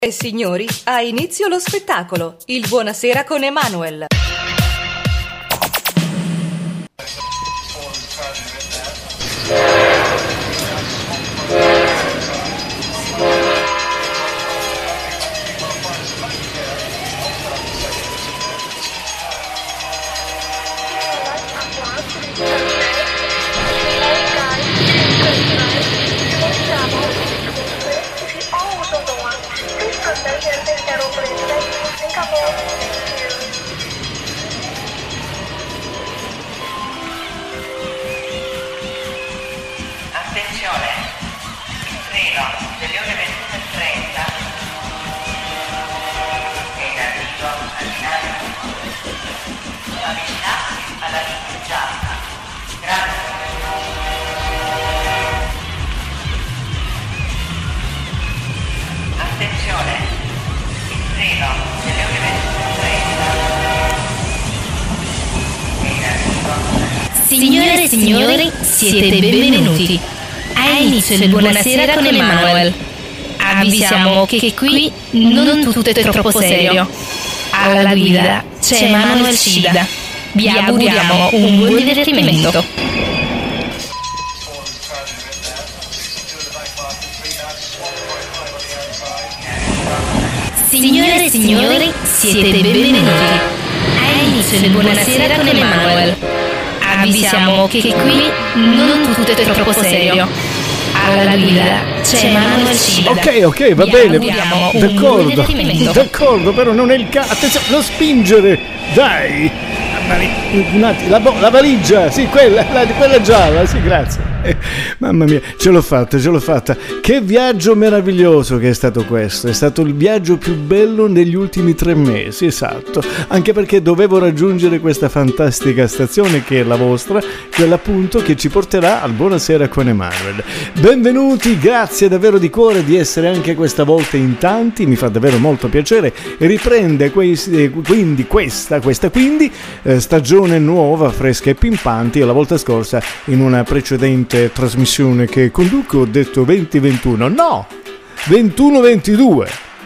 E signori, ha inizio lo spettacolo. Il Buonasera con Emanuel. Attenzione, il treno delle ore 21:30 è in arrivo a Milano. Avvicinarsi alla linea gialla. Grazie. Attenzione, il treno delle ore 21:30 è in arrivo. Signore e signori, siete benvenuti. Ha inizio il Buonasera con Emanuel. Avvisiamo che qui non tutto è troppo serio. Alla guida c'è Emanuel Scida. Vi auguriamo un buon divertimento. Signore e signori, siete benvenuti. Ha inizio il Buonasera con Emanuel. Avvisiamo che qui non tutto è troppo serio. Alla guida c'è Emanuel Scida. Ok, va bene. D'accordo, però non è il caso. Attenzione, non spingere, dai. Un attimo, la valigia, sì, quella gialla, sì, grazie. Mamma mia, ce l'ho fatta. Che viaggio meraviglioso che è stato questo. È stato il viaggio più bello negli ultimi 3 mesi, esatto. Anche perché dovevo raggiungere questa fantastica stazione che è la vostra, quella appunto che ci porterà al Buonasera con Emanuel. Benvenuti, grazie davvero di cuore di essere anche questa volta in tanti, mi fa davvero molto piacere. Riprende quindi questa stagione nuova, fresca e pimpante. La volta scorsa in una precedente trasmissione che conduco ho detto 2021, no, 21-22,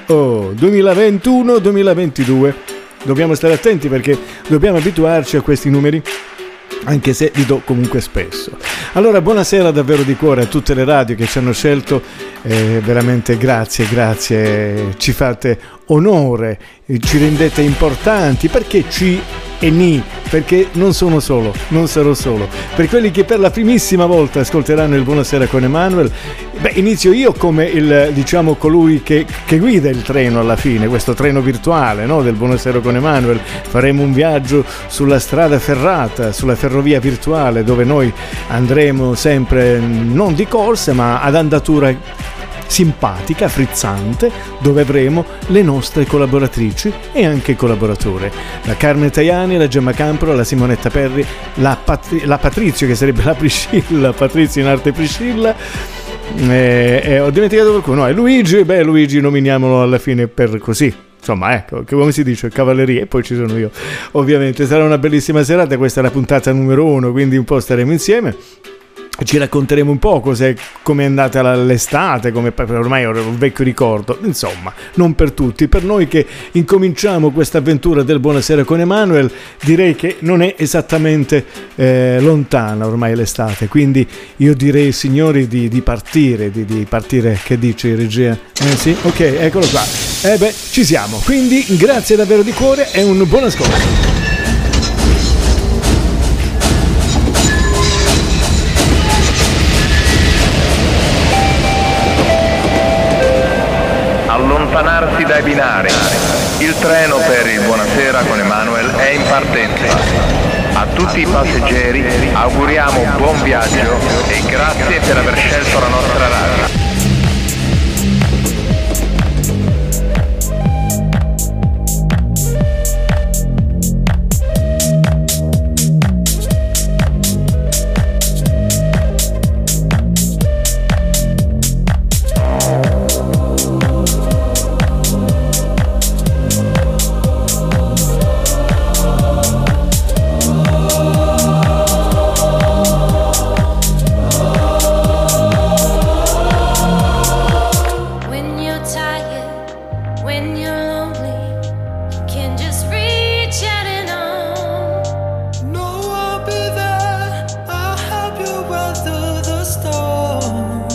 2021-2022, dobbiamo stare attenti perché dobbiamo abituarci a questi numeri, anche se li do comunque spesso. Allora, buonasera davvero di cuore a tutte le radio che ci hanno scelto, veramente grazie, ci fate onore, ci rendete importanti, perché perché non sarò solo. Per quelli che per la primissima volta ascolteranno il Buonasera con Emanuel, inizio io come colui che guida il treno alla fine, questo treno virtuale, no, del Buonasera con Emanuel. Faremo un viaggio sulla strada ferrata, sulla ferrovia virtuale, dove noi andremo sempre non di corsa ma ad andatura simpatica, frizzante, dove avremo le nostre collaboratrici e anche collaboratori, la Carmen Tajani, la Gemma Campro, la Simonetta Perri, la Patrizio, che sarebbe la Priscilla, Patrizio in arte Priscilla, ho dimenticato qualcuno, Luigi nominiamolo alla fine per così. Insomma, ecco, che come si dice, cavalleria, e poi ci sono io. Ovviamente sarà una bellissima serata, questa è la puntata numero 1, quindi un po' staremo insieme. Ci racconteremo un po' come è andata l'estate, come ormai ho un vecchio ricordo, insomma, non per tutti. Per noi che incominciamo questa avventura del Buonasera con Emanuel, direi che non è esattamente lontana ormai l'estate, quindi io direi, signori, di partire, che dice regia? Sì? Ok, eccolo qua. Ci siamo, quindi grazie davvero di cuore e un buon ascolto. Allontanarsi dai binari. Il treno per il Buonasera con Emanuel è in partenza. A tutti i passeggeri auguriamo un buon viaggio e grazie per aver scelto la nostra radio. when you're lonely, you can just reach out and on. No, I'll be there, I'll help you weather the storm.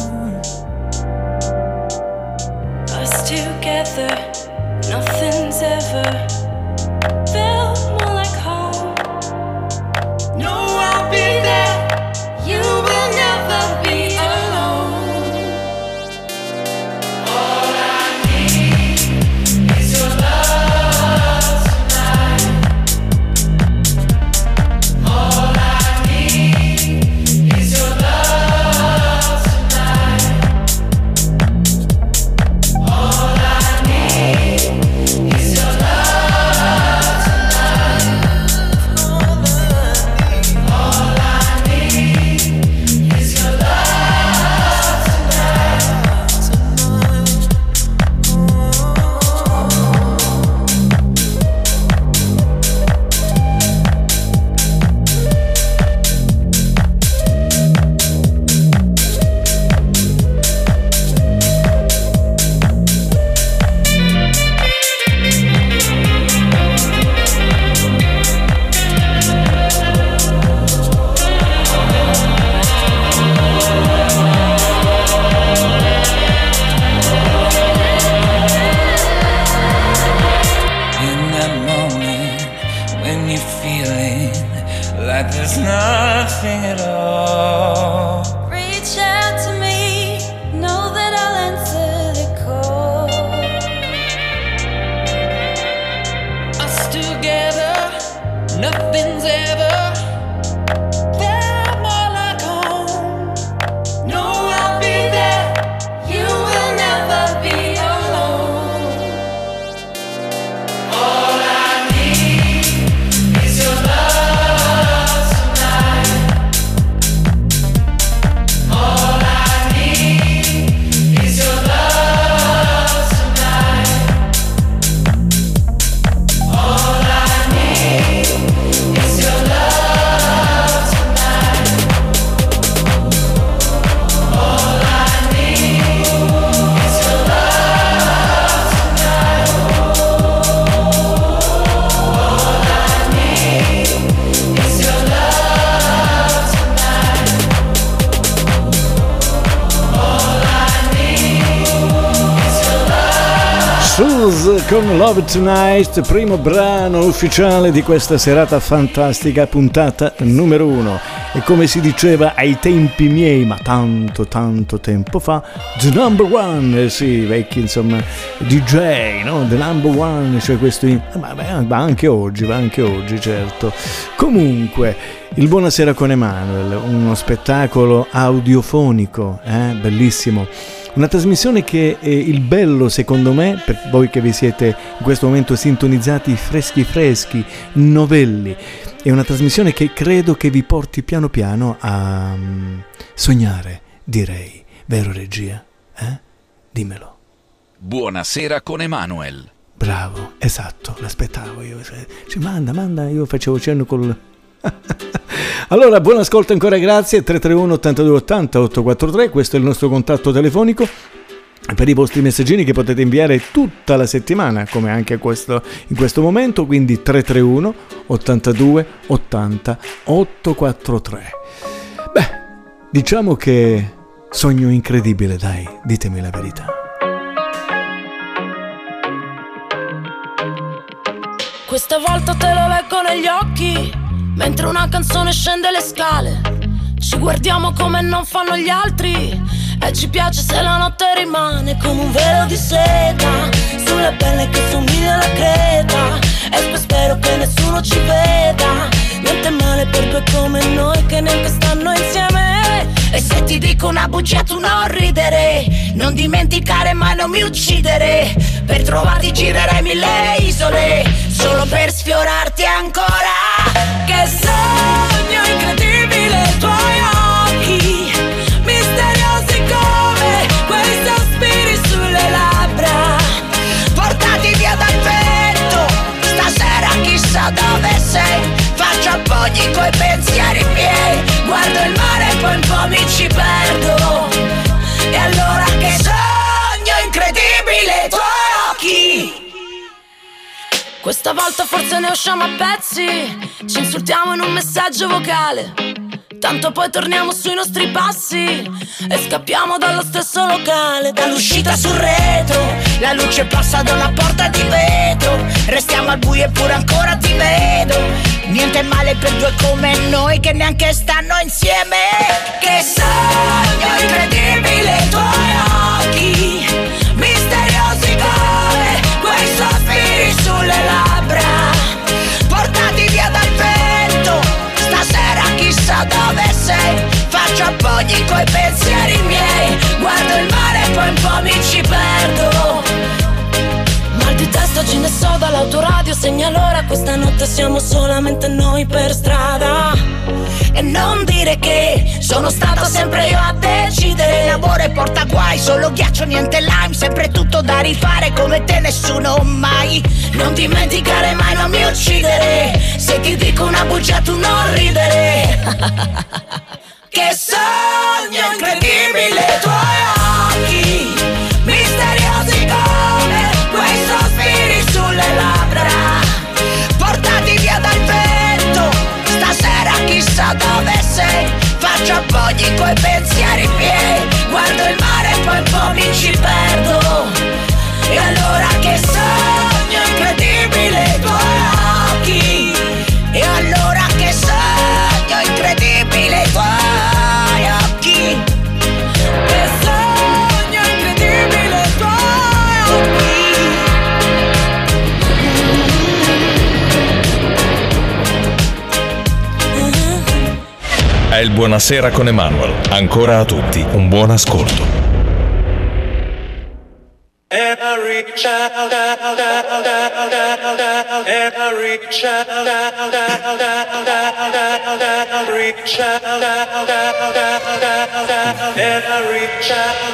Us together, nothing's ever felt more like home. No, I'll be there, You will never be alone. all I need is your love tonight. All I need is your love tonight. All I need is your love tonight. All I need is your love tonight. In that moment when you're feeling like there's nothing at all, Reach out to me, know that I'll answer the call. us together, nothing's ever felt more like home. No, I'll be there, You will never be alone. all I need is your love tonight. All I need is your love tonight. All I need is your love tonight. All I need is your love tonight. All I need is your love tonight. All I need is your love. Suze con Love Tonight, primo brano ufficiale di questa serata fantastica, puntata numero 1. E come si diceva ai tempi miei, ma tanto tempo fa, The Number One, sì, vecchi insomma DJ, no? The Number One, cioè questo, ma anche oggi, certo. Comunque, il Buonasera con Emanuel, uno spettacolo audiofonico, bellissimo. Una trasmissione che è il bello, secondo me, per voi che vi siete in questo momento sintonizzati freschi, novelli. È una trasmissione che credo che vi porti piano piano a sognare, direi. Vero regia? Dimmelo. Buonasera con Emanuel. Bravo, esatto, l'aspettavo io. Cioè, manda, io facevo cenno col... Allora, buon ascolto ancora, grazie. 331 82 80 843, questo è il nostro contatto telefonico per i vostri messaggini che potete inviare tutta la settimana, come anche in questo momento, quindi 331 82 80 843. Beh, diciamo che sogno incredibile, dai, ditemi la verità. Questa volta te lo leggo negli occhi, mentre una canzone scende le scale. Ci guardiamo come non fanno gli altri, e ci piace se la notte rimane come un velo di seta sulle pelle che somiglia alla creta. E poi spero che nessuno ci veda, niente male per due come noi che neanche stanno insieme. E se ti dico una bugia tu non ridere, non dimenticare mai non mi uccidere. Per trovarti girerei 1000 isole, solo per sfiorarti ancora. Che sogno incredibile i tuoi occhi, misteriosi come quei sospiri sulle labbra, portati via dal vento. Stasera chissà dove sei, faccio a pugni coi pensieri miei, guardo il mare e poi un po' mi ci perdo. E allora che sogno incredibile i tuoi occhi. Questa volta forse ne usciamo a pezzi, ci insultiamo in un messaggio vocale. Tanto poi torniamo sui nostri passi e scappiamo dallo stesso locale. Dall'uscita sul retro, la luce passa da una porta di vetro. Restiamo al buio eppure ancora ti vedo. Niente male per due come noi che neanche stanno insieme. Che sogno incredibile i tuoi occhi, misteriosi come quei sospiri sulle labbra, portati via dal vento. Stasera chissà dove sei, faccio appoggi coi pensieri miei. Guardo il mare e poi un po' mi ci perdo. Mal di testa ce ne so dall'autoradio, segna l'ora, questa notte siamo solamente noi per strada. E non dire che sono stata sempre io a decidere. L'amore porta guai, solo ghiaccio, niente lime. Sempre tutto da rifare come te nessuno mai. Non dimenticare mai, non mi uccidere. Se ti dico una bugia tu non ridere. Che sogno incredibile i tuoi occhi, misteriosi come quei sospiri sulle labbra, portati via dal vento. Stasera chissà dove sei, faccio appoggi coi pensieri miei. Guardo il mare e poi un po' mi ci perdo. E allora che sogno incredibile i tuoi occhi. E allora che sogno incredibile i tuoi occhi. Che sogno incredibile i tuoi occhi. È il Buonasera con Emanuel. Ancora a tutti un buon ascolto. Every child, every child, every child, every child,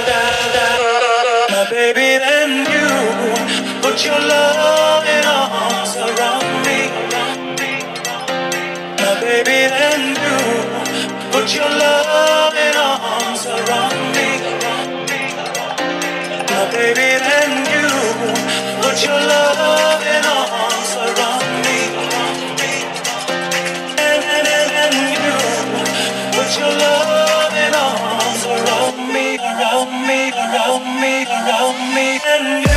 my baby, then you put your loving arms around me. My baby, then you put your loving arms around me. My baby, then you put your loving arms around me. And you put your loving arms around me, around me, around me, around me. And you,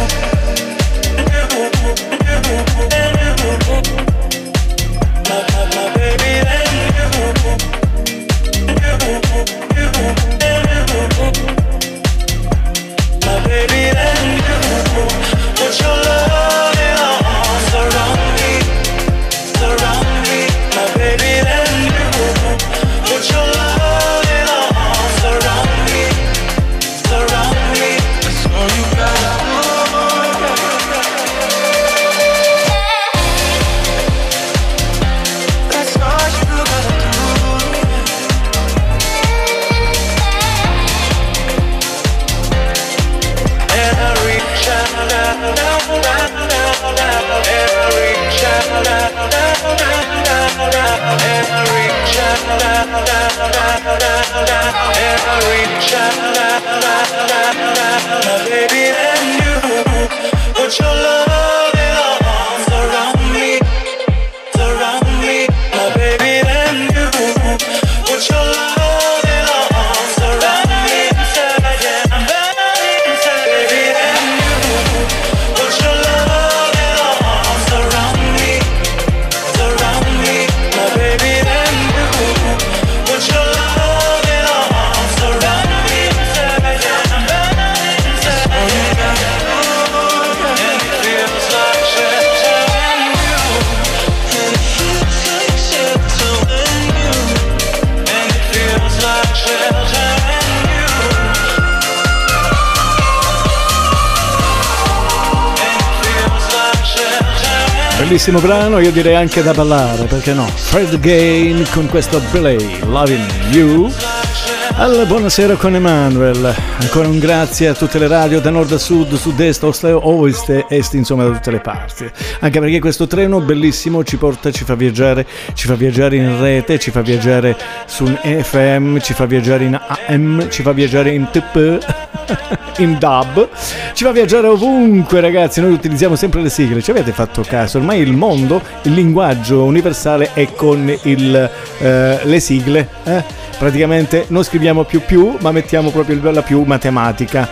my baby, then you, my baby, then you put your loving arms around me, surround me. My baby, then you put your loving arms around me, surround me. That's all you gotta do. That's all you gotta do. Every child, every child, every child, my baby, then you put your loving arms around me, surround me. My baby, then you put your loving arms around me, yeah, I'm burning inside. Baby, then you put your loving arms around me, surround me. My baby, then you put your loving arms around me, yeah, I'm burning inside. And it feels like shelter when you, and it feels like shelter when you, and it feels like shelter when you, and it feels like shelter when you. Bellissimo brano, io direi anche da ballare, perché no? Fred Again con questo Belay, Loving You. Buonasera con Emanuel, ancora un grazie a tutte le radio da nord a sud, sud-est, ovest e est, insomma da tutte le parti, anche perché questo treno bellissimo ci fa viaggiare in rete, ci fa viaggiare su un FM, ci fa viaggiare in AM, ci fa viaggiare in TP, in DAB, ci fa viaggiare ovunque, ragazzi. Noi utilizziamo sempre le sigle, ci avete fatto caso? Ormai il mondo, il linguaggio universale è con le sigle, praticamente non scriviamo più, ma mettiamo proprio la più matematica.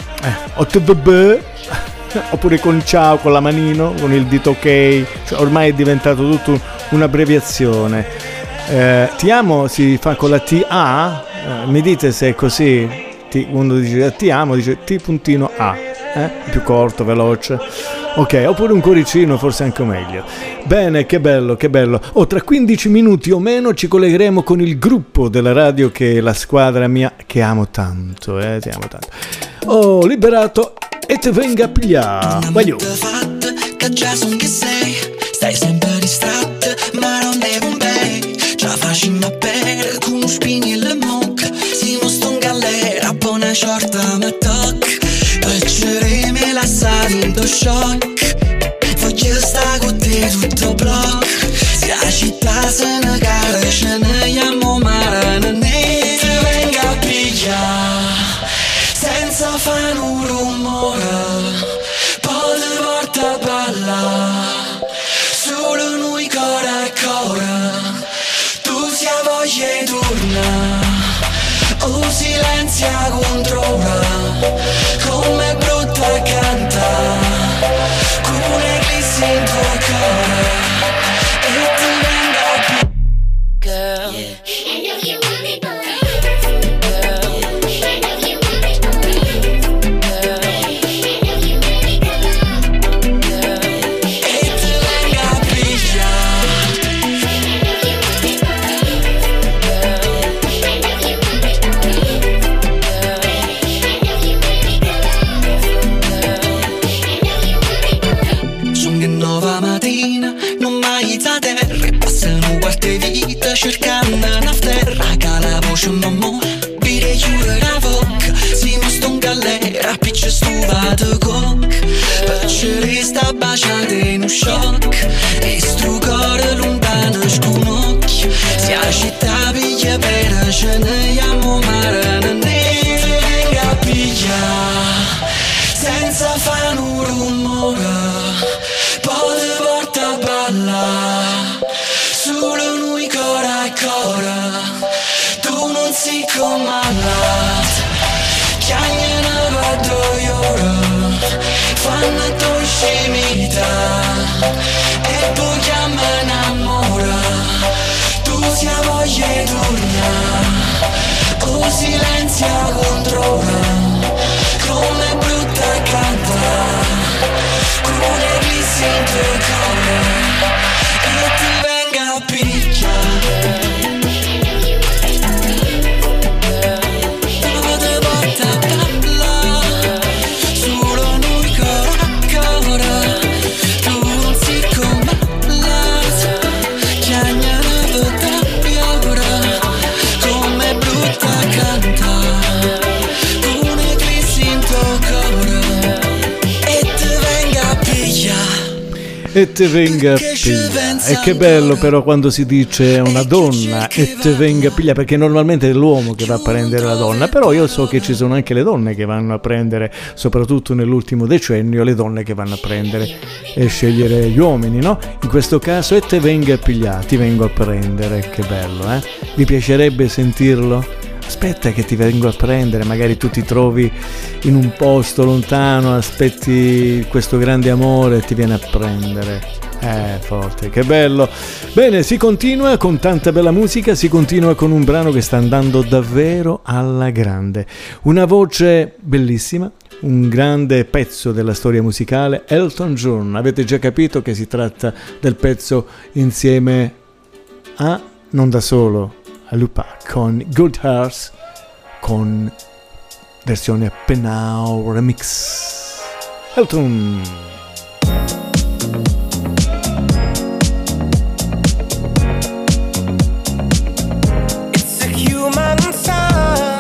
Oppure con ciao, con la manino, con il dito ok, cioè, ormai è diventato tutto un'abbreviazione. Ti amo si fa con la TA, mi dite se è così? Quando dice ti amo dice T.A, più corto, veloce. Ok, oppure un cuoricino, forse anche meglio. Bene, che bello. Tra 15 minuti o meno ci collegheremo con il gruppo della radio che è la squadra mia, che amo tanto, ti amo tanto. Ho liberato e te venga a pigliare. Voglio. Che già son che sei, stai sempre distratta, ma non è un bei. Già facciamo a bere con spini e le mucche. Si mostra in galera, buona shorta ma toc. Piaceremi la sali in do shock. Voglio stare con te tutto blocco. Se la città se ne gara, ce ne chiamo mare. Non ne te venga a pigliare, senza fare un rumore. Poi ti porta a ballare, solo noi core a core. Tu si ha voglia di tornare, o silenzio controlla. Come brutto a cantare, con un'eclissi in tuo cuore. E ti venga a più, girl. And if you want it, girl. Cercando una terra che la voce non mo vire chiudere la bocca. Si mostra in galera, piccia stufato coc. Perché resta baciata in un shock. E sto cuore lontano sconocchio. Se la città piglia bene, ce ne chiamo mare. Non ne venga a pigliare, senza fare un rumore. Poi ti porta a ballare, solo noi core a core. Tu non sei comandata, chiamano per 2 ore. Fanno tu scimità e poi chiamano amore. Tu si ha voglia di tornare, o silenzio controlla. Come brutta a cantare, con un'eclissi in tuo cuore. E ti venga a picchiare, dove te porta a parlare, solo noi core a core. Tu non sei come l'altro, chiamano per piovere. Come brutta a cantare, con un'eclissi in tuo cuore. E ti venga a pigliare, E te venga a piglia. E che bello però quando si dice una donna e te venga a piglia, perché normalmente è l'uomo che va a prendere la donna, però io so che ci sono anche le donne che vanno a prendere, soprattutto nell'ultimo decennio, le donne che vanno a prendere e scegliere gli uomini, no? In questo caso e te venga a piglia, ti vengo a prendere, che bello, Vi piacerebbe sentirlo? Aspetta che ti vengo a prendere, magari tu ti trovi in un posto lontano, aspetti questo grande amore e ti viene a prendere. Forte, che bello. Bene, si continua con tanta bella musica, si continua con un brano che sta andando davvero alla grande. Una voce bellissima, un grande pezzo della storia musicale, Elton John. Avete già capito che si tratta del pezzo insieme a, non da solo, a Lupac, con Good Hearts, con versione Penau Remix. Elton. It's a human sign.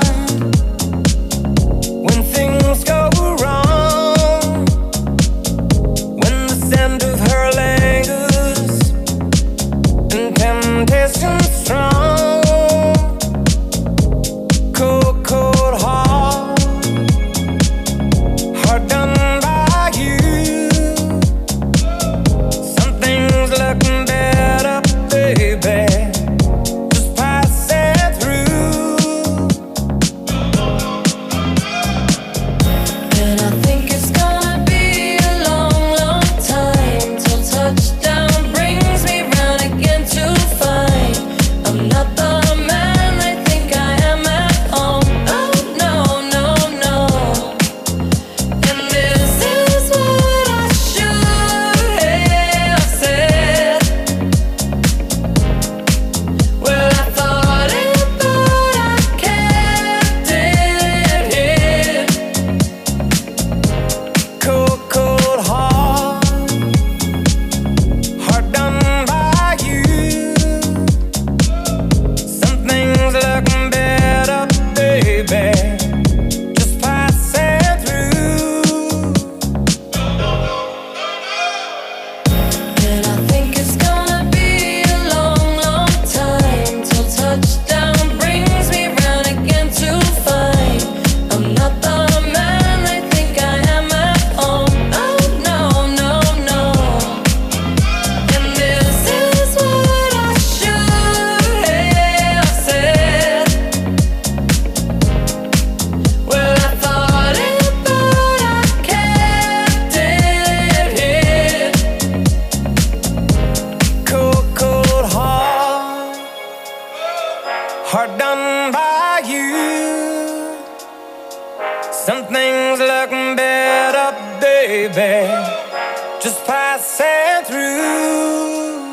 just passing through.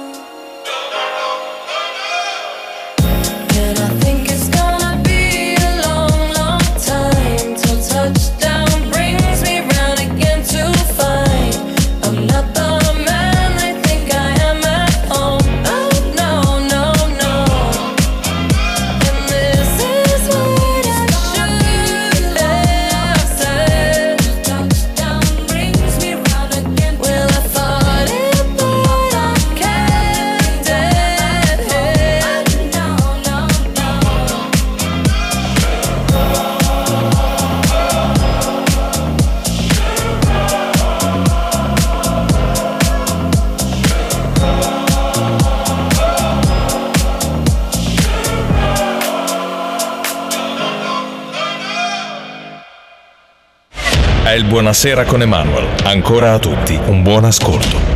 And I think it's gonna be a long, long time till touchdown brings me round again to find I'm not the man they think I am at home. Oh no, no, no. And this is what I should have said. Touchdown brings me round again. Well, I thought it, but I kept dead head. No, no, no. È il Buonasera con Emanuel. Ancora a tutti un buon ascolto.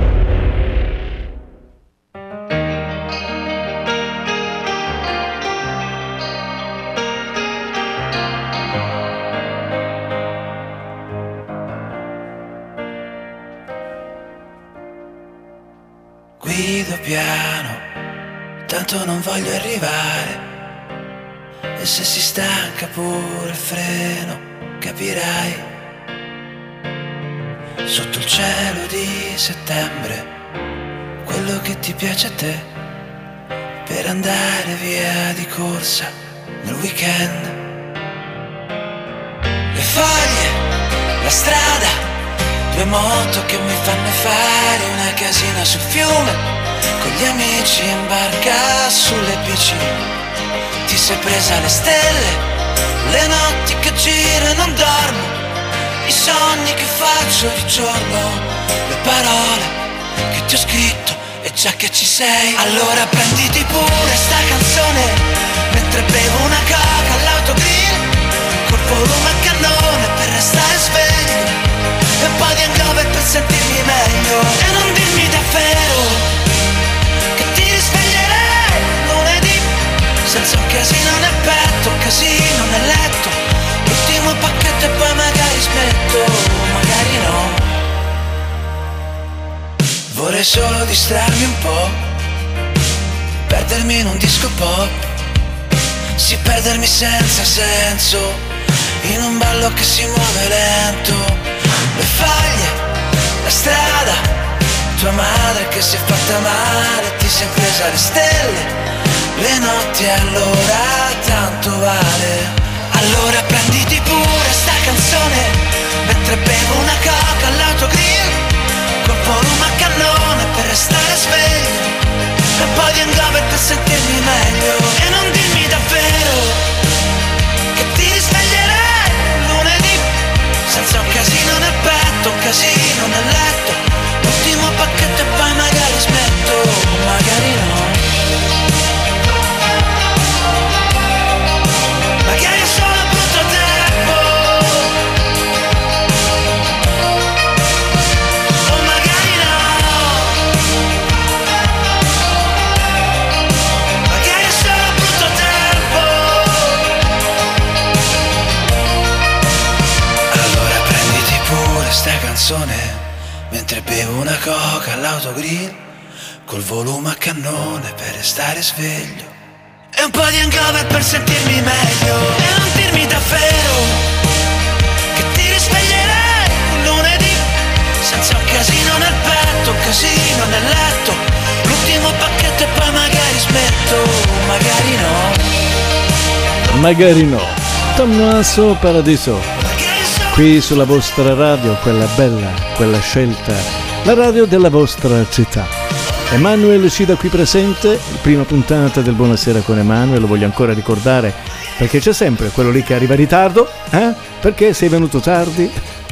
Guido piano, tanto non voglio arrivare. E se si stanca pure il freno, capirai. Sotto il cielo di settembre, quello che ti piace a te, per andare via di corsa nel weekend. Le foglie, la strada, due moto che mi fanno fare una casina sul fiume, con gli amici in barca sulle bici. Ti sei presa le stelle, le notti che giro e non dormo, i sogni che faccio di giorno, le parole che ti ho scritto e già che ci sei. Allora prenditi pure sta canzone, mentre bevo una coca all'autogrill, col volume a cannone per restare sveglio, e un po' di hangover per sentirmi meglio. E non dirmi davvero che ti risveglierei lunedì, senza un casino nel petto, un casino nel letto, l'ultimo pacchetto e poi magari smetto, magari no. Vorrei solo distrarmi un po', perdermi in un disco pop, sì, perdermi senza senso, in un ballo che si muove lento. Le foglie, la strada, tua madre che si è fatta male, ti sei presa le stelle, le notti, allora tanto vale. Allora prenditi pure sta canzone, mentre bevo una coca all'autogrill, col volume a cannone per restare sveglio, e un po' di hangover per sentirmi meglio. E non dirmi davvero che ti risveglierei lunedì, senza un casino nel petto, un casino nel letto, l'ultimo pacchetto e poi magari smetto, magari no. Magari è solo brutto tempo, o magari no. Magari è solo brutto tempo. Allora prenditi pure sta canzone, mentre bevo una coca all'autogrill, col volume a cannone per restare sveglio, e un po' di hangover per sentirmi meglio. E non dirmi davvero che ti risveglierei lunedì, senza un casino nel petto, un casino nel letto, l'ultimo pacchetto e poi magari smetto, magari no. Magari no. Tommaso Paradiso, qui sulla vostra radio, quella bella, quella scelta, la radio della vostra città. Emanuel Cida qui presente, prima puntata del Buonasera con Emanuel, lo voglio ancora ricordare perché c'è sempre quello lì che arriva in ritardo, Perché sei venuto tardi?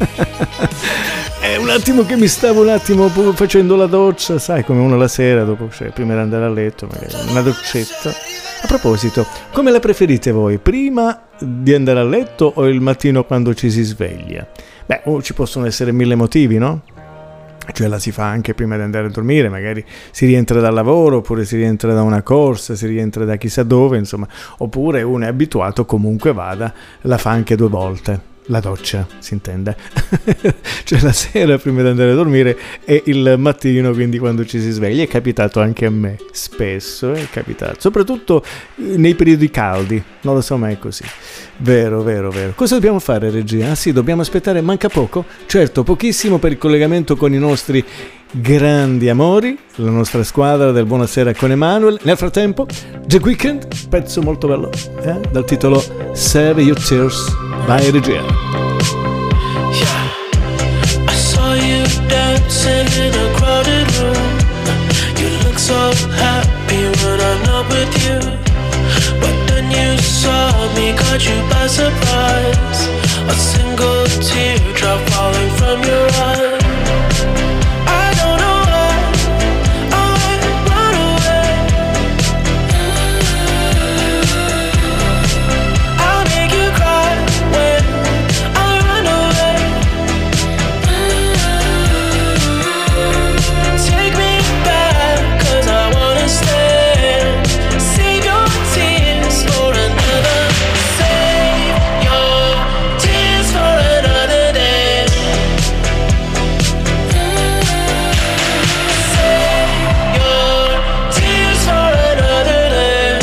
È un attimo che mi stavo facendo la doccia, sai come uno la sera dopo, cioè, prima di andare a letto, magari una doccetta. A proposito, come la preferite voi? Prima di andare a letto o il mattino quando ci si sveglia? Beh, ci possono essere mille motivi, no? Cioè la si fa anche prima di andare a dormire, magari si rientra dal lavoro, oppure si rientra da una corsa, si rientra da chissà dove, insomma, oppure uno è abituato, comunque vada, la fa anche 2 volte. la doccia, si intende. Cioè la sera prima di andare a dormire e il mattino, quindi quando ci si sveglia. È capitato anche a me, spesso è capitato, soprattutto nei periodi caldi, non lo so, ma è così. Vero. Cosa dobbiamo fare, regia? Ah sì, dobbiamo aspettare, manca poco? Certo, pochissimo per il collegamento con i nostri grandi amori, la nostra squadra del Buonasera con Emanuel. Nel frattempo, The Weeknd, pezzo molto bello, dal titolo Save Your Tears, by Regia. I saw you dancing in a crowded room. You look so happy when I'm not with you. But then you saw me, caught you by surprise. A single teardrop falling from your eye. I don't know why I run away. I'll make you cry when I run away. Take me back, 'cause I wanna stay. Save your tears for another. Save your tears for another day. Save your tears for another day.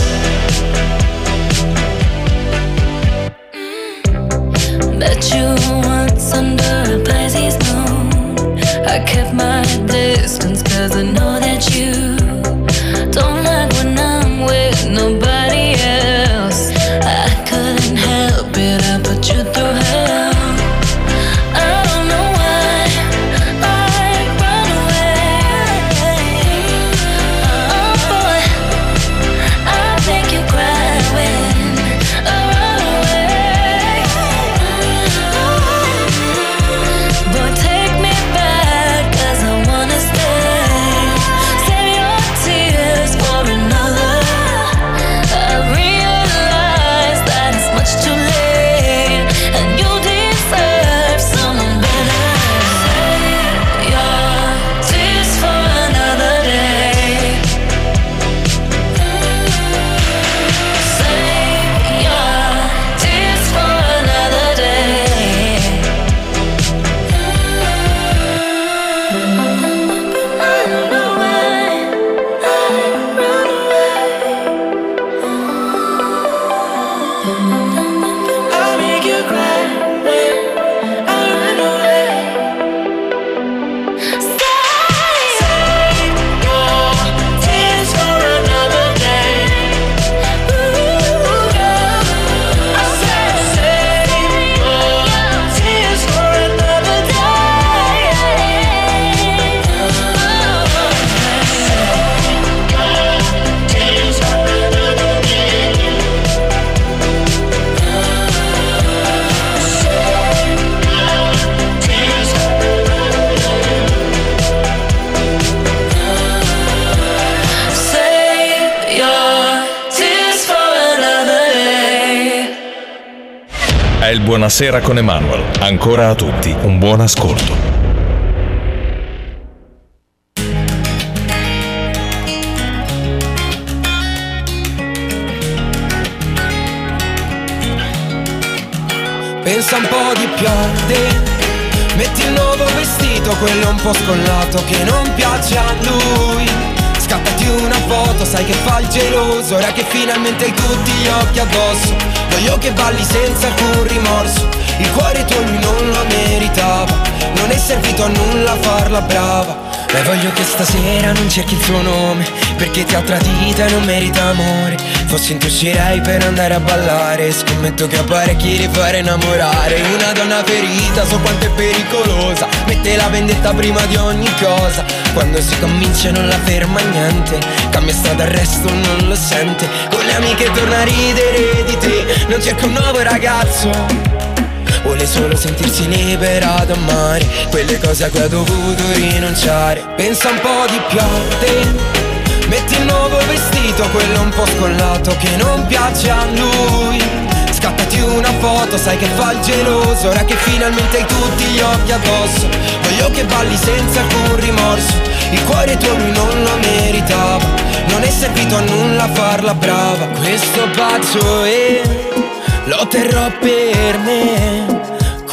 Met you once under a Pisces moon. I kept my distance 'cause I know that you don't like when I'm with nobody else. I couldn't help it, I put you through hell. I don't know why I run away. Oh boy, I'll make you cry when I run away. Boy, take me back, 'cause I wanna stay. Save your tears for another. I realize that it's much too late, and you deserve someone better. Save your tears for another day. Save your tears for another day. I don't know why I run away. I'll make you cry when I run away. Save your tears for another day. I said save your tears for another day. Save your tears for another day. Save your tears for another day. È il Buonasera con Emanuel. Ancora a tutti un buon ascolto. Pensa un po' di più a te. Metti il nuovo vestito, quello un po' scollato che non piace a lui. Scattati una foto, sai che fa il geloso. Ora che finalmente hai tutti gli occhi addosso, voglio che balli senza alcun rimorso. Il cuore tuo lui non lo meritava, non è servito a nulla farla brava. E voglio che stasera non cerchi il suo nome, perché ti ha tradita e non merita amore. Fossi in te uscirei per andare a ballare. Scommetto che ha parecchi di fare innamorare. Una donna ferita, so quanto è pericolosa. Mette la vendetta prima di ogni cosa. Quando si convince non la ferma niente. Cambia strada, il resto non lo sente. Con le amiche torna a ridere di te. Non cerca un nuovo ragazzo, vuole solo sentirsi libera ad amare quelle cose a cui ha dovuto rinunciare. Pensa un po' di più a te. Metti il nuovo vestito, quello un po' scollato che non piace a lui. Scattati una foto, sai che fa il geloso. Ora che finalmente hai tutti gli occhi addosso, voglio che balli senza alcun rimorso. Il cuore tuo lui non lo meritava, non è servito a nulla farla brava. Questo bacio lo terrò per me.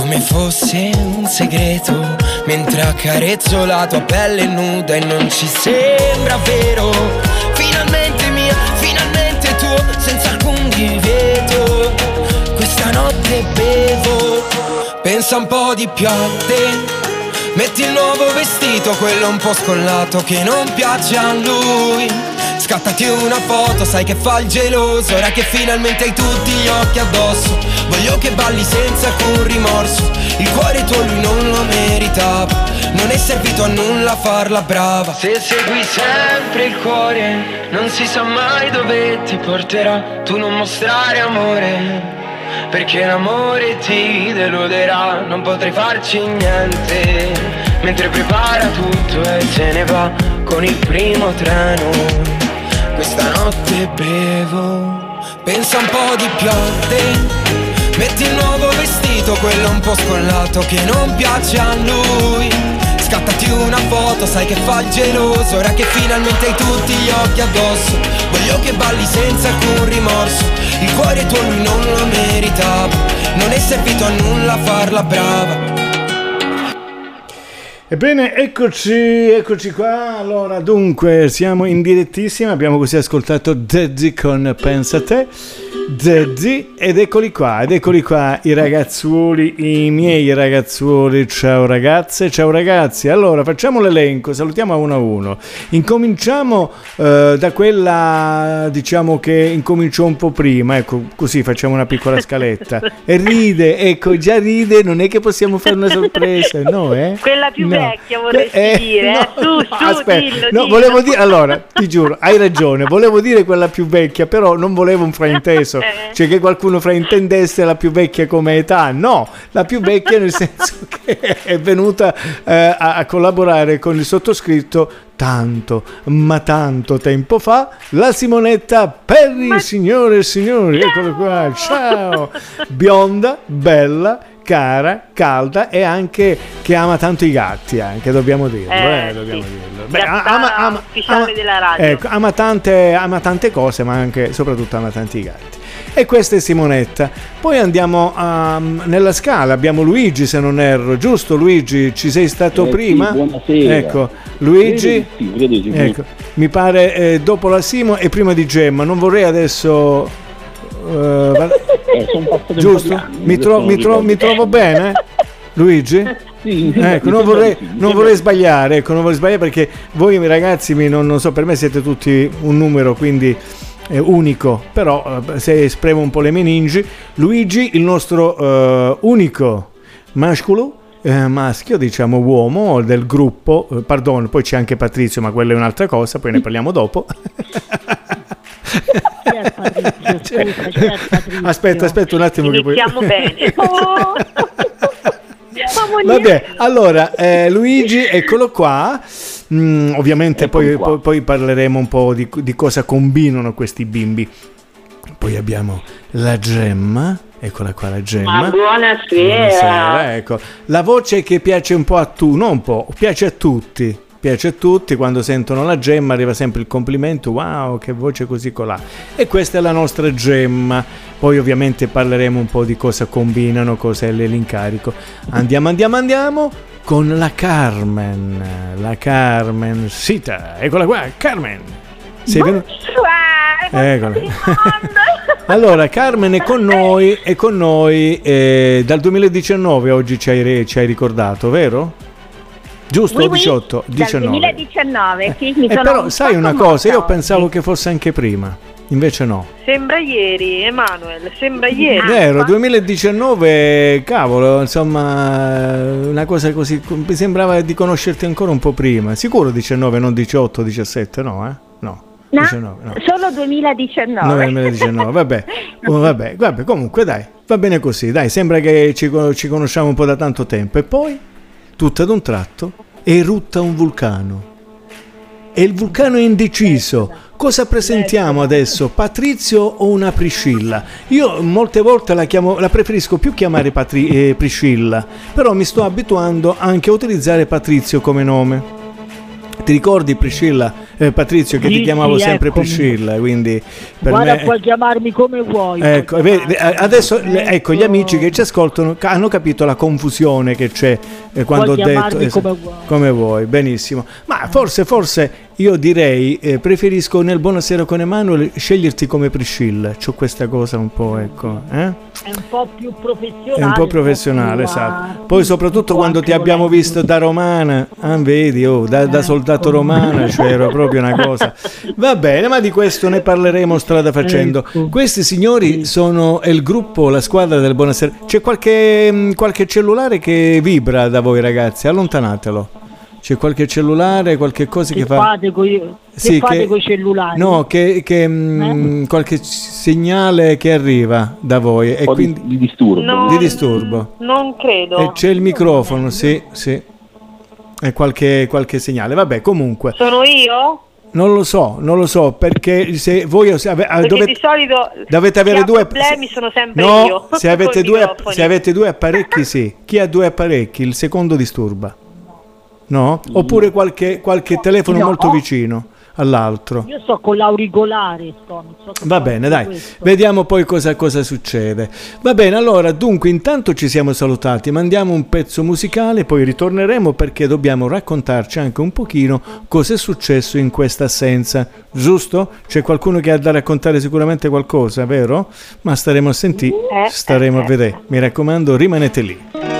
come fosse un segreto, mentre accarezzo la tua pelle nuda e non ci sembra vero. Finalmente mia, finalmente tuo, senza alcun divieto. Questa notte bevo, pensa un po' di più a te. Metti il nuovo vestito, quello un po' scollato che non piace a lui. Scattati una foto, sai che fa il geloso, ora che finalmente hai tutti gli occhi addosso. Voglio che balli senza alcun rimorso, il cuore tuo lui non lo meritava, non è servito a nulla farla brava. Se segui sempre il cuore, non si sa mai dove ti porterà. Tu non mostrare amore, perché l'amore ti deluderà. Non potrai farci niente, mentre prepara tutto e se ne va con il primo treno. Questa notte bevo, pensa un po' di più a te. Metti il nuovo vestito, quello un po' scollato che non piace a lui. Scattati una foto, sai che fa il geloso, ora che finalmente hai tutti gli occhi addosso. Voglio che balli senza alcun rimorso, il cuore tuo lui non lo meritava, non è servito a nulla farla brava. Ebbene, eccoci qua. Allora, dunque, siamo in direttissima. Abbiamo così ascoltato Daddy con Pensa a te. Daddy, ed eccoli qua, i ragazzuoli, i miei ragazzuoli. Ciao ragazze, ciao ragazzi. Allora, facciamo l'elenco, salutiamo a uno. Incominciamo da quella, diciamo, che incominciò un po' prima, ecco, così facciamo una piccola scaletta. E ride, ecco, già ride, non è che possiamo fare una sorpresa, no, Quella più vecchia vorresti dire, no, Su, aspetta, dillo. volevo dire, allora, ti giuro, hai ragione, volevo dire quella più vecchia, però non volevo un frainteso. Cioè che qualcuno fraintendesse la più vecchia come età. No, la più vecchia nel senso che è venuta a collaborare con il sottoscritto tanto, ma tanto tempo fa, la Simonetta Perri, signore e signori, eccolo qua, ciao, bionda, bella, cara, calda e anche che ama tanto i gatti, anche dobbiamo dirlo, dobbiamo dirlo. Beh, ama della radio. Ecco, ama tante cose, ma anche soprattutto ama tanti gatti. E questa è Simonetta. Poi andiamo nella scala, abbiamo Luigi, se non erro, giusto Luigi? Ci sei stato prima? Sì, buonasera. Ecco, Luigi, ecco, mi pare dopo la Simo e prima di Gemma. Non vorrei adesso giusto? Mi trovo bene, Luigi? Sì, ecco, non vorrei sbagliare, ecco, non vorrei sbagliare perché voi ragazzi, non so, per me siete tutti un numero, quindi unico, però se espremo un po' le meningi, Luigi, il nostro unico maschio, diciamo uomo del gruppo, pardon, poi c'è anche Patrizio, ma quella è un'altra cosa, poi ne parliamo dopo. Aspetta un attimo che poi iniziamo bene. Vabbè, allora Luigi, eccolo qua. Ovviamente poi parleremo un po' di cosa combinano questi bimbi. Poi abbiamo la Gemma, eccola qua la Gemma. Ma buonasera. Ecco, la voce che piace un po' a piace a tutti. Piace a tutti, quando sentono la Gemma arriva sempre il complimento, wow, che voce così colà. E questa è la nostra Gemma. Poi ovviamente parleremo un po' di cosa combinano, cosa è l'incarico. Andiamo con la Carmen Sita, eccola qua, Carmen. Sei venuta? Eccola. Allora, Carmen è con noi dal 2019, oggi ci hai ricordato, vero? Giusto? Oui, 18, 19. Dal 2019, sì, mi sono però un sai po' una commossa cosa, io oggi. pensavo che fosse anche prima, invece no. Sembra ieri, Emanuele, sembra ieri. Vero, 2019, cavolo, insomma, una cosa così, mi sembrava di conoscerti ancora un po' prima. Sicuro 19, non 18, 17, no? No. No, 19, no. solo 2019. 2019, vabbè, comunque dai, va bene così, dai, sembra che ci conosciamo un po' da tanto tempo. E poi, tutto ad un tratto, erutta un vulcano. E il vulcano è indeciso. Cosa presentiamo adesso? Patrizio o una Priscilla? Io molte volte la preferisco più chiamare Priscilla, però mi sto abituando anche a utilizzare Patrizio come nome. Ti ricordi Priscilla, Patrizio, che Sì, ti chiamavo sì, sempre eccomi. Priscilla, quindi per Guarda, me... puoi chiamarmi come vuoi. Ecco, adesso ecco, gli amici che ci ascoltano hanno capito la confusione che c'è quando ho Puoi detto chiamarmi come vuoi. come vuoi, benissimo. Ma forse io direi preferisco nel Buonasera con Emanuele sceglierti come Priscilla. C'ho questa cosa un po', ecco, È un po' più professionale. È un po' professionale, esatto. Poi soprattutto quando ti abbiamo visto da romana, vedi, da soldato romana, cioè era proprio una cosa. Va bene, ma di questo ne parleremo strada facendo. Questi signori sono il gruppo, la squadra del Buonasera. C'è qualche cellulare che vibra da voi, ragazzi? Allontanatelo. C'è qualche cellulare, qualche cosa che fa... Fate con i cellulari? No, qualche segnale che arriva da voi e quindi di disturbo. Di disturbo. Non credo. E c'è il microfono, sì. E qualche segnale. Vabbè, comunque. Sono io? Non lo so, perché se voi Perché di solito dovete avere due problemi sono sempre no, io. se avete due apparecchi, sì. Chi ha due apparecchi, il secondo disturba. No? Oppure qualche telefono molto vicino all'altro. Io sto con l'auricolare. Va bene, dai, vediamo poi cosa succede. Va bene, allora, dunque, intanto ci siamo salutati, mandiamo un pezzo musicale, poi ritorneremo perché dobbiamo raccontarci anche un pochino cosa è successo in questa assenza, giusto? C'è qualcuno che ha da raccontare sicuramente qualcosa, vero? Ma staremo a sentire, staremo a vedere. Mi raccomando, rimanete lì.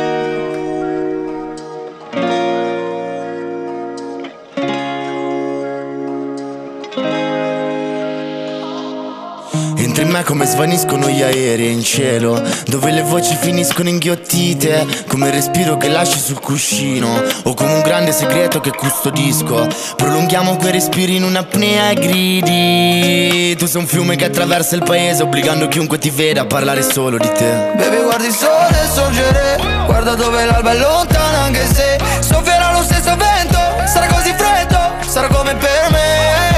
Entri in me come svaniscono gli aerei in cielo, dove le voci finiscono inghiottite, come il respiro che lasci sul cuscino, o come un grande segreto che custodisco. Prolunghiamo quei respiri in un'apnea e gridi. Tu sei un fiume che attraversa il paese, obbligando chiunque ti veda a parlare solo di te. Baby, guardi il sole sorgere, guarda dove l'alba è lontana, anche se soffierà lo stesso vento. Sarà così freddo, sarà come per me.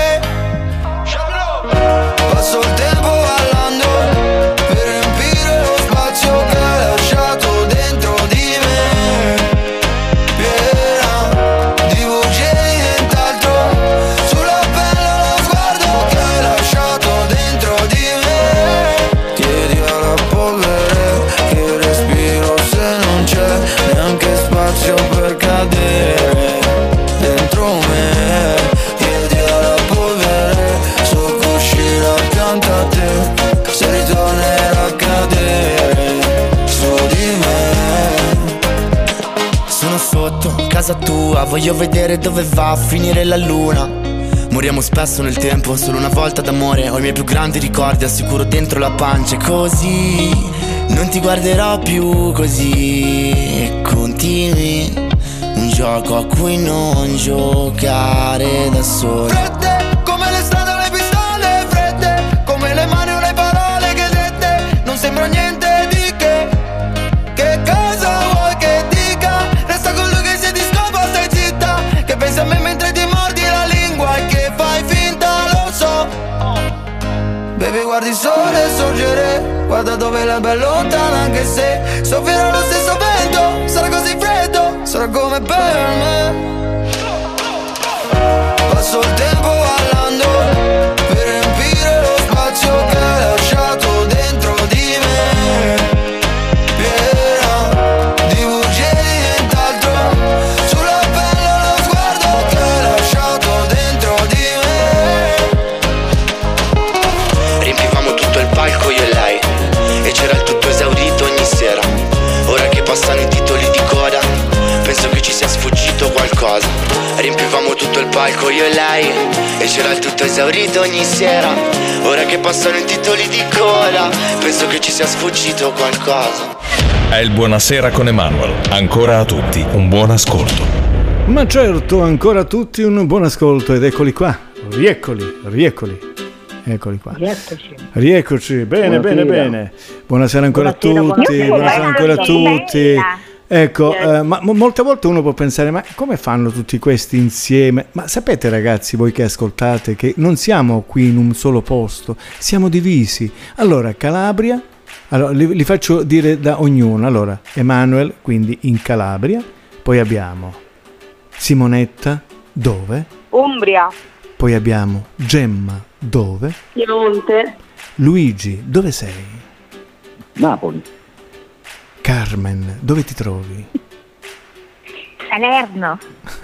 Passo il tempo ballando per riempire lo spazio che hai lasciato dentro di me, piena di bugie e nient'altro. Sulla pelle lo sguardo che hai lasciato dentro di me. Chiedi alla polvere che respiro se non c'è neanche spazio per cadere dentro me. Chiedi alla polvere so che uscirà accanto a te, se ritornerà a cadere su di me. Sono sotto casa tua, voglio vedere dove va a finire la luna. Moriamo spesso nel tempo, solo una volta d'amore. Ho i miei più grandi ricordi, assicuro dentro la pancia. E così non ti guarderò più così. E continui un gioco a cui non giocare da solo. Fredde come le strade o le pistole, fredde come le mani o le parole che dette. Non sembra niente di che cosa vuoi che dica? Resta con lui che si discolpa, stai zitta, che pensi a me mentre ti mordi la lingua e che fai finta, lo so. Baby, guardi il sole sorgere, guarda dove l'alba è lontana, anche se soffierà lo stesso vento. Sarà così freddo, sarà come per me. Passo il tempo ballando per riempire lo spazio che hai lasciato dentro di me, piena di bugie e di nient'altro. Sulla pelle lo sguardo che hai lasciato dentro di me. Riempivamo tutto il palco io e lei, e c'era il tutto esaurito ogni sera. Ora che passano i titoli di coda, penso che ci sia sfuggito qualcosa. Riempivamo tutto il palco io e lei, e c'era il tutto esaurito ogni sera. Ora che passano i titoli di coda, penso che ci sia sfuggito qualcosa. È il Buonasera con Emanuel. Ancora a tutti un buon ascolto. Ma certo, ancora a tutti un buon ascolto, ed eccoli qua, rieccoli. Eccoli qua. Rieccoci. Bene, bene. Buonasera ancora a tutti. Buonasera ancora a tutti. Ecco, ma molte volte uno può pensare, ma come fanno tutti questi insieme? Ma sapete, ragazzi, voi che ascoltate, che non siamo qui in un solo posto, siamo divisi. Allora, Calabria, li faccio dire da ognuno. Allora, Emanuel, quindi in Calabria, poi abbiamo Simonetta Dove? Umbria. Poi abbiamo Gemma, dove? Piemonte. Luigi, dove sei? Napoli. Carmen, dove ti trovi? Salerno.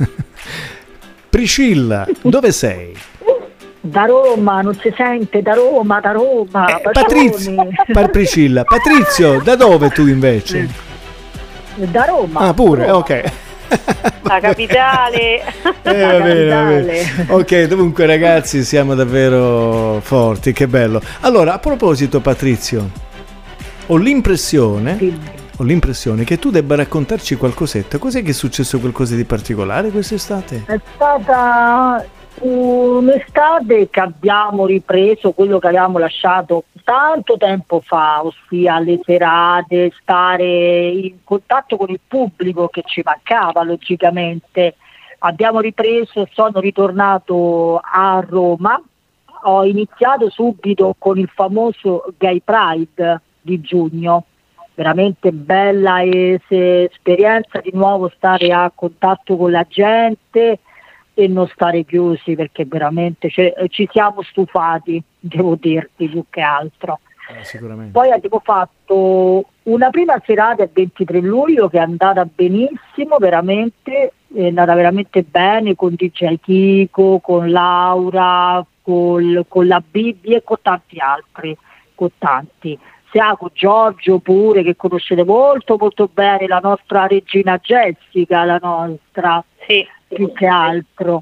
Priscilla, dove sei? Da Roma, non si sente, da Roma. Patrizio, Priscilla. Patrizio, da dove tu invece? Da Roma. Ah, pure, ok. La capitale. Va bene. Ok, dunque ragazzi, siamo davvero forti, che bello. Allora, a proposito, Patrizio, ho l'impressione che tu debba raccontarci qualcosetta. Cos'è che è successo, qualcosa di particolare quest'estate? È stata un'estate che abbiamo ripreso quello che avevamo lasciato tanto tempo fa, ossia le serate, stare in contatto con il pubblico che ci mancava logicamente. Abbiamo ripreso, sono ritornato a Roma, ho iniziato subito con il famoso Gay Pride di giugno, veramente bella esperienza di nuovo stare a contatto con la gente e non stare chiusi, perché veramente ci siamo stufati, devo dirti, più che altro. Sicuramente. Poi abbiamo fatto una prima serata il 23 luglio che è andata benissimo, veramente, è andata veramente bene, con DJ Kiko, con Laura, con la Bibbia e con tanti altri, con tanti. Con Giorgio pure, che conoscete molto molto bene, la nostra regina Jessica, la nostra, sì, più che altro.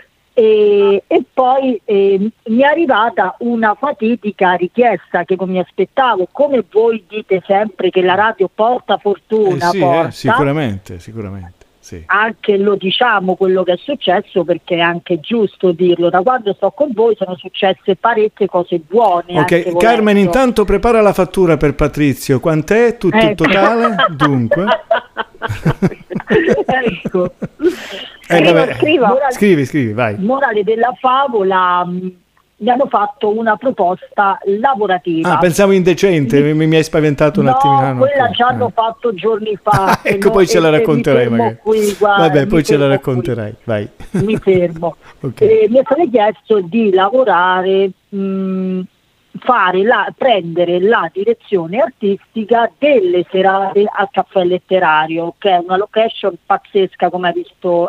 E poi mi è arrivata una fatidica richiesta che non mi aspettavo, come voi dite sempre che la radio porta fortuna, Sì, porta. sicuramente. Sì. Anche lo diciamo quello che è successo, perché è anche giusto dirlo. Da quando sto con voi sono successe parecchie cose buone. Ok, Carmen, intanto prepara la fattura per Patrizio. Quant'è tutto il totale? Dunque. Ecco. Scrivi, vai. Morale della favola, mi hanno fatto una proposta lavorativa. Ah, pensavo indecente, mi hai spaventato un attimino. No, quella ci hanno fatto giorni fa. Ecco, poi ce la racconterai magari. Guarda, vabbè, poi ce la racconterai, vai. Mi fermo. Okay. Mi è stato chiesto di lavorare, prendere la direzione artistica delle serate al Caffè Letterario, che è una location pazzesca, come ha visto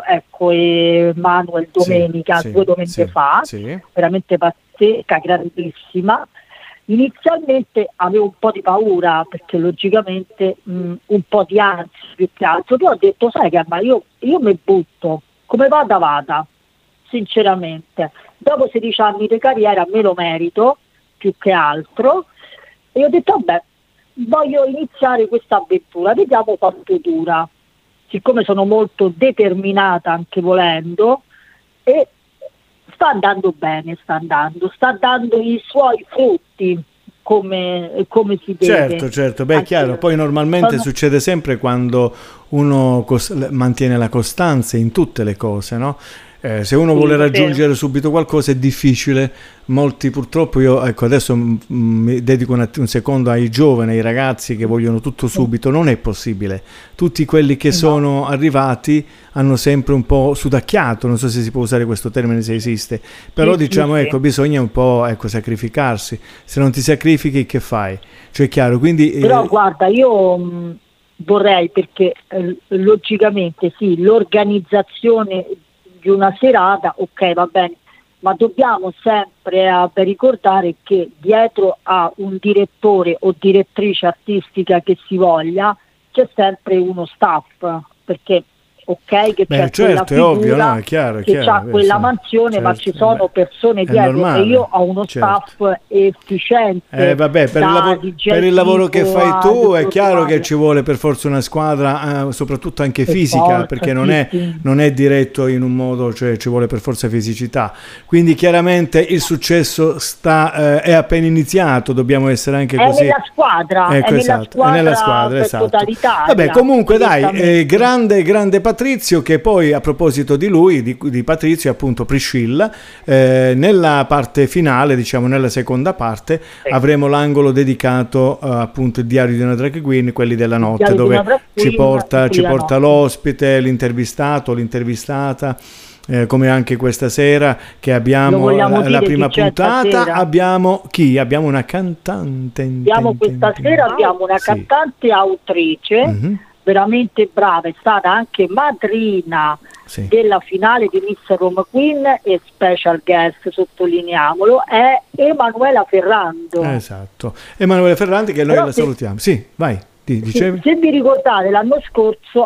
Manuel domenica, 2 domeniche fa, veramente pazzesca, grandissima. Inizialmente avevo un po' di paura, perché logicamente un po' di ansia più che altro, però ho detto, sai che ma io mi butto, come vada, sinceramente. Dopo 16 anni di carriera me lo merito, più che altro, e ho detto vabbè, voglio iniziare questa avventura, vediamo quanto dura. Siccome sono molto determinata, anche volendo, e sta andando bene, sta dando i suoi frutti come si deve. Certo, beh, è chiaro, poi normalmente succede sempre quando uno mantiene la costanza in tutte le cose, no? Se uno vuole raggiungere subito qualcosa è difficile. Molti purtroppo, io adesso mi dedico un secondo ai giovani, ai ragazzi che vogliono tutto subito. Non è possibile. Tutti quelli che sono arrivati hanno sempre un po' sudacchiato, non so se si può usare questo termine, se esiste, però bisogna un po' sacrificarsi. Se non ti sacrifichi, che fai? Cioè, è chiaro, quindi però guarda, io vorrei, perché logicamente sì, l'organizzazione di una serata, ok, va bene, ma dobbiamo sempre ricordare che dietro a un direttore o direttrice artistica che si voglia c'è sempre uno staff, perché ok che c'è quella figura, ovvio, no? È chiaro, che ha quella mansione, ma ci sono persone dietro, normale, e io ho uno staff efficiente. Per il lavoro che fai tu è chiaro che ci vuole per forza una squadra, soprattutto anche fisica, perché non è diretto in un modo, cioè ci vuole per forza fisicità. Quindi chiaramente il successo è appena iniziato, dobbiamo essere anche così. È nella squadra, esatto. per totalità. Vabbè, comunque dai, grande Patrizio, che poi, a proposito di lui, di Patrizio, appunto Priscilla, nella parte finale, diciamo nella seconda parte, avremo l'angolo dedicato appunto al diario di una drag queen, quelli della notte, dove ci porta l'ospite, l'intervistato, l'intervistata. Come anche questa sera che abbiamo la prima puntata, abbiamo una cantante. Questa sera abbiamo una cantante autrice veramente brava, è stata anche madrina della finale di Miss Roma Queen e special guest, sottolineiamolo, è Emanuela Ferrando. Esatto, Emanuela Ferrando, che noi la salutiamo. Sì, vai. Se vi ricordate l'anno scorso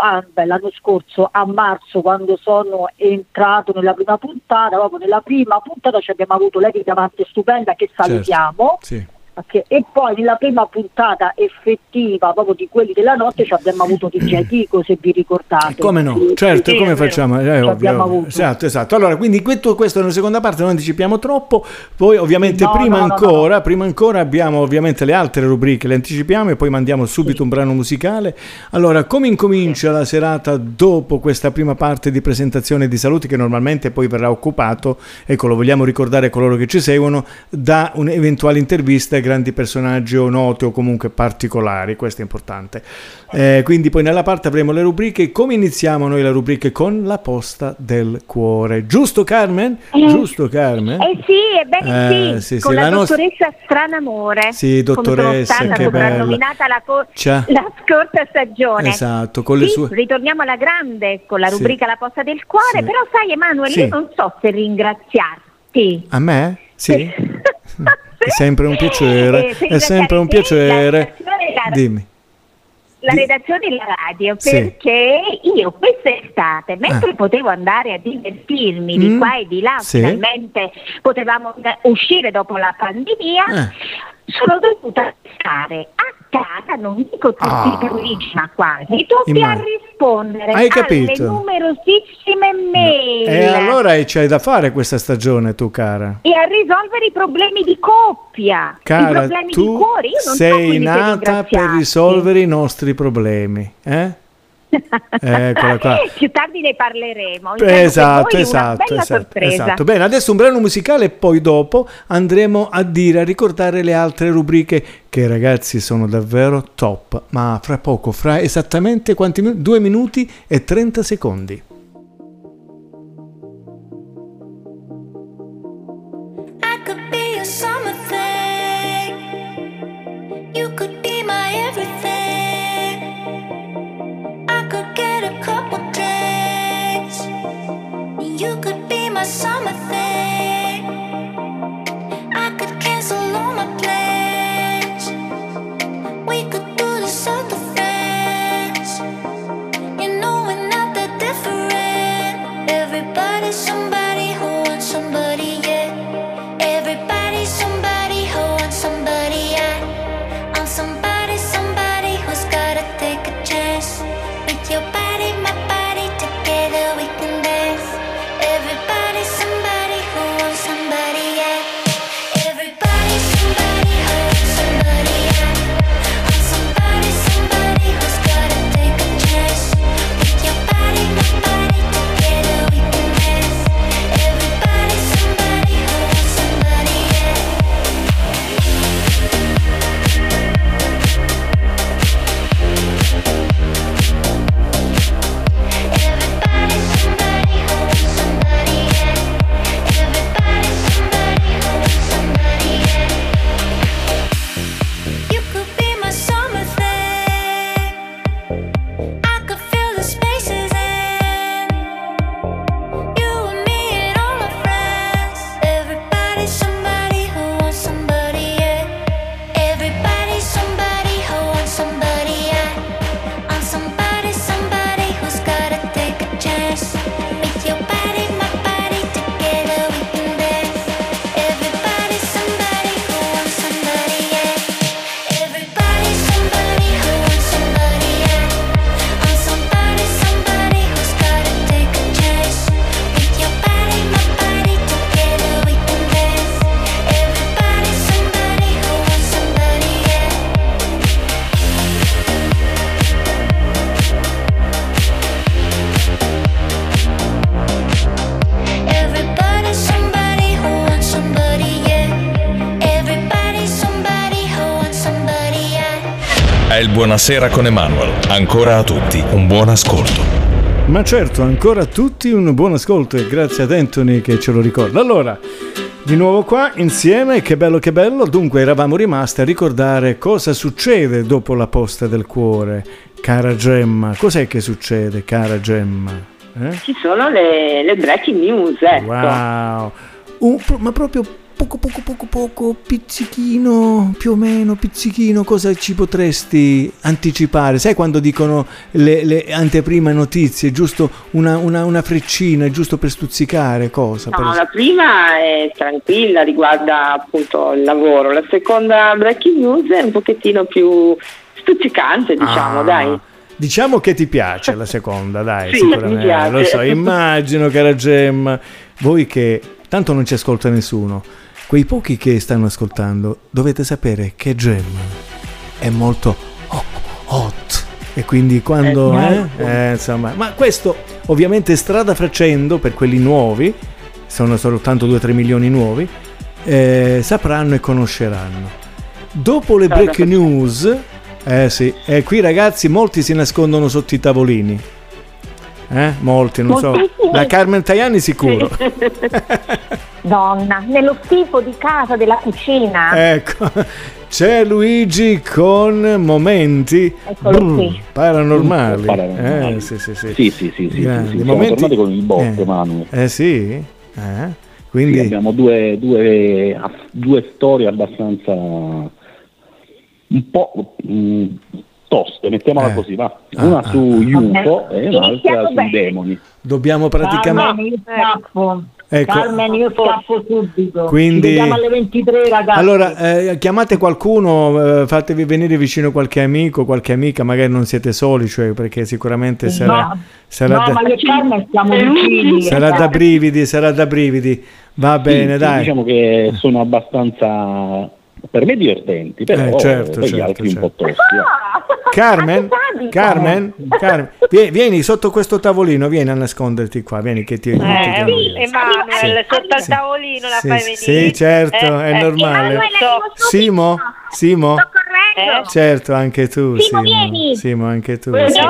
a marzo, quando sono entrato nella prima puntata, proprio nella prima puntata ci abbiamo avuto lei Diamante Stupenda, che salutiamo, e poi nella prima puntata effettiva proprio di quelli della notte ci abbiamo avuto DJ Tico, se vi ricordate. Come no, certo, come facciamo? Ovvio. Esatto. Allora, quindi questo nella seconda parte non anticipiamo troppo, poi ovviamente prima ancora abbiamo ovviamente le altre rubriche, le anticipiamo e poi mandiamo subito un brano musicale. Allora, come incomincia la serata dopo questa prima parte di presentazione e di saluti, che normalmente poi verrà occupato, ecco, lo vogliamo ricordare a coloro che ci seguono, da un'eventuale intervista ai grandi personaggi o noti o comunque particolari, questo è importante. Quindi poi nella parte avremo le rubriche. Come iniziamo noi le rubriche? Con la posta del cuore, giusto Carmen? Giusto Carmen? Sì, ebbene sì, con la dottoressa Stranamore. Sì, dottoressa, che bella. Nominata la scorsa stagione. Esatto, con le sue... Ritorniamo alla grande con la rubrica La posta del cuore, però sai Emanuele, io non so se ringraziarti. A me? Sì. È sempre un piacere, è sempre un piacere. Dimmi. La redazione e la radio, perché io quest'estate, mentre potevo andare a divertirmi di qua e di là, finalmente potevamo uscire dopo la pandemia, sono dovuta stare a casa, non dico tutti i pomeriggi, ma quasi tutti a rispondere alle numerosissime mail. E allora c'hai da fare questa stagione tu, cara. E a risolvere i problemi di coppia, cara, i problemi tu di cuore. Io non sei nata per risolvere i nostri problemi, Eccola qua. Più tardi ne parleremo. Esatto. Bene, adesso un brano musicale e poi dopo andremo a ricordare le altre rubriche che, ragazzi, sono davvero top. Ma fra poco, fra esattamente quanti minuti? 2 minuti e 30 secondi. I could be your summer thing. You could be my everything. I could get a couple days. You could be my summer thing. I could cancel all my plans. We could do this at the fence. You know we're not that different. Everybody's somebody who wants somebody, yeah. Everybody's somebody who wants somebody, yeah. I'm somebody who's gotta take a chance. With your body, my body, together we can dance. Everybody's somebody who wants somebody, yeah. Everybody's somebody who wants somebody, yeah. I'm somebody who's gotta take a chance. With your body, my body, together we can dance. il Buonasera con Emanuel. Ancora a tutti un buon ascolto. Ma certo, ancora a tutti un buon ascolto e grazie ad Anthony che ce lo ricorda. Allora, di nuovo qua insieme, che bello che bello. Dunque eravamo rimasti a ricordare cosa succede dopo la posta del cuore. Cara Gemma, cos'è che succede, cara Gemma? Ci sono le breaking news, ecco. Wow, ma proprio poco, pizzichino, più o meno, pizzichino, cosa ci potresti anticipare? Sai quando dicono le anteprima notizie, giusto una freccina, giusto per stuzzicare, cosa? No, la prima è tranquilla, riguarda appunto il lavoro, la seconda breaking news è un pochettino più stuzzicante, diciamo, dai. Diciamo che ti piace la seconda, dai, Sì, sicuramente. mi piace. Lo so, immagino, cara Gemma, voi che tanto non ci ascolta nessuno, quei pochi che stanno ascoltando, dovete sapere che Gemma è molto hot e quindi quando insomma, ma questo ovviamente strada facendo per quelli nuovi, sono soltanto 2-3 milioni nuovi, sapranno e conosceranno. Dopo le break news, sì, qui ragazzi molti si nascondono sotto i tavolini. Molti, non so. Da Carmen Tajani sicuro. Donna, nello schifo di casa della cucina. Ecco, c'è Luigi con momenti paranormali. Sì. Grandi. Siamo tornati con il botto, Manu. Sì. Quindi sì, abbiamo due storie abbastanza un po' toste, mettiamola così, va. Una su UFO e un'altra sui demoni. Dobbiamo praticamente Carmen, io scappo subito. Quindi, ci vediamo alle 23, ragazzi. Allora, chiamate qualcuno, fatevi venire vicino qualche amico, qualche amica, magari non siete soli, cioè, perché sicuramente sarà ma io e Carmen siamo vicini. Sarà da brividi. Va bene, dai. Diciamo che sono abbastanza, per me, divertenti, però certo, per gli altri un po' tosti. Carmen, vieni sotto questo tavolino, vieni a nasconderti qua, vieni che ti Emanuel, sotto al tavolino la fai venire. Sì, certo, è normale. Simo? Certo, anche tu, Simo, anche tu.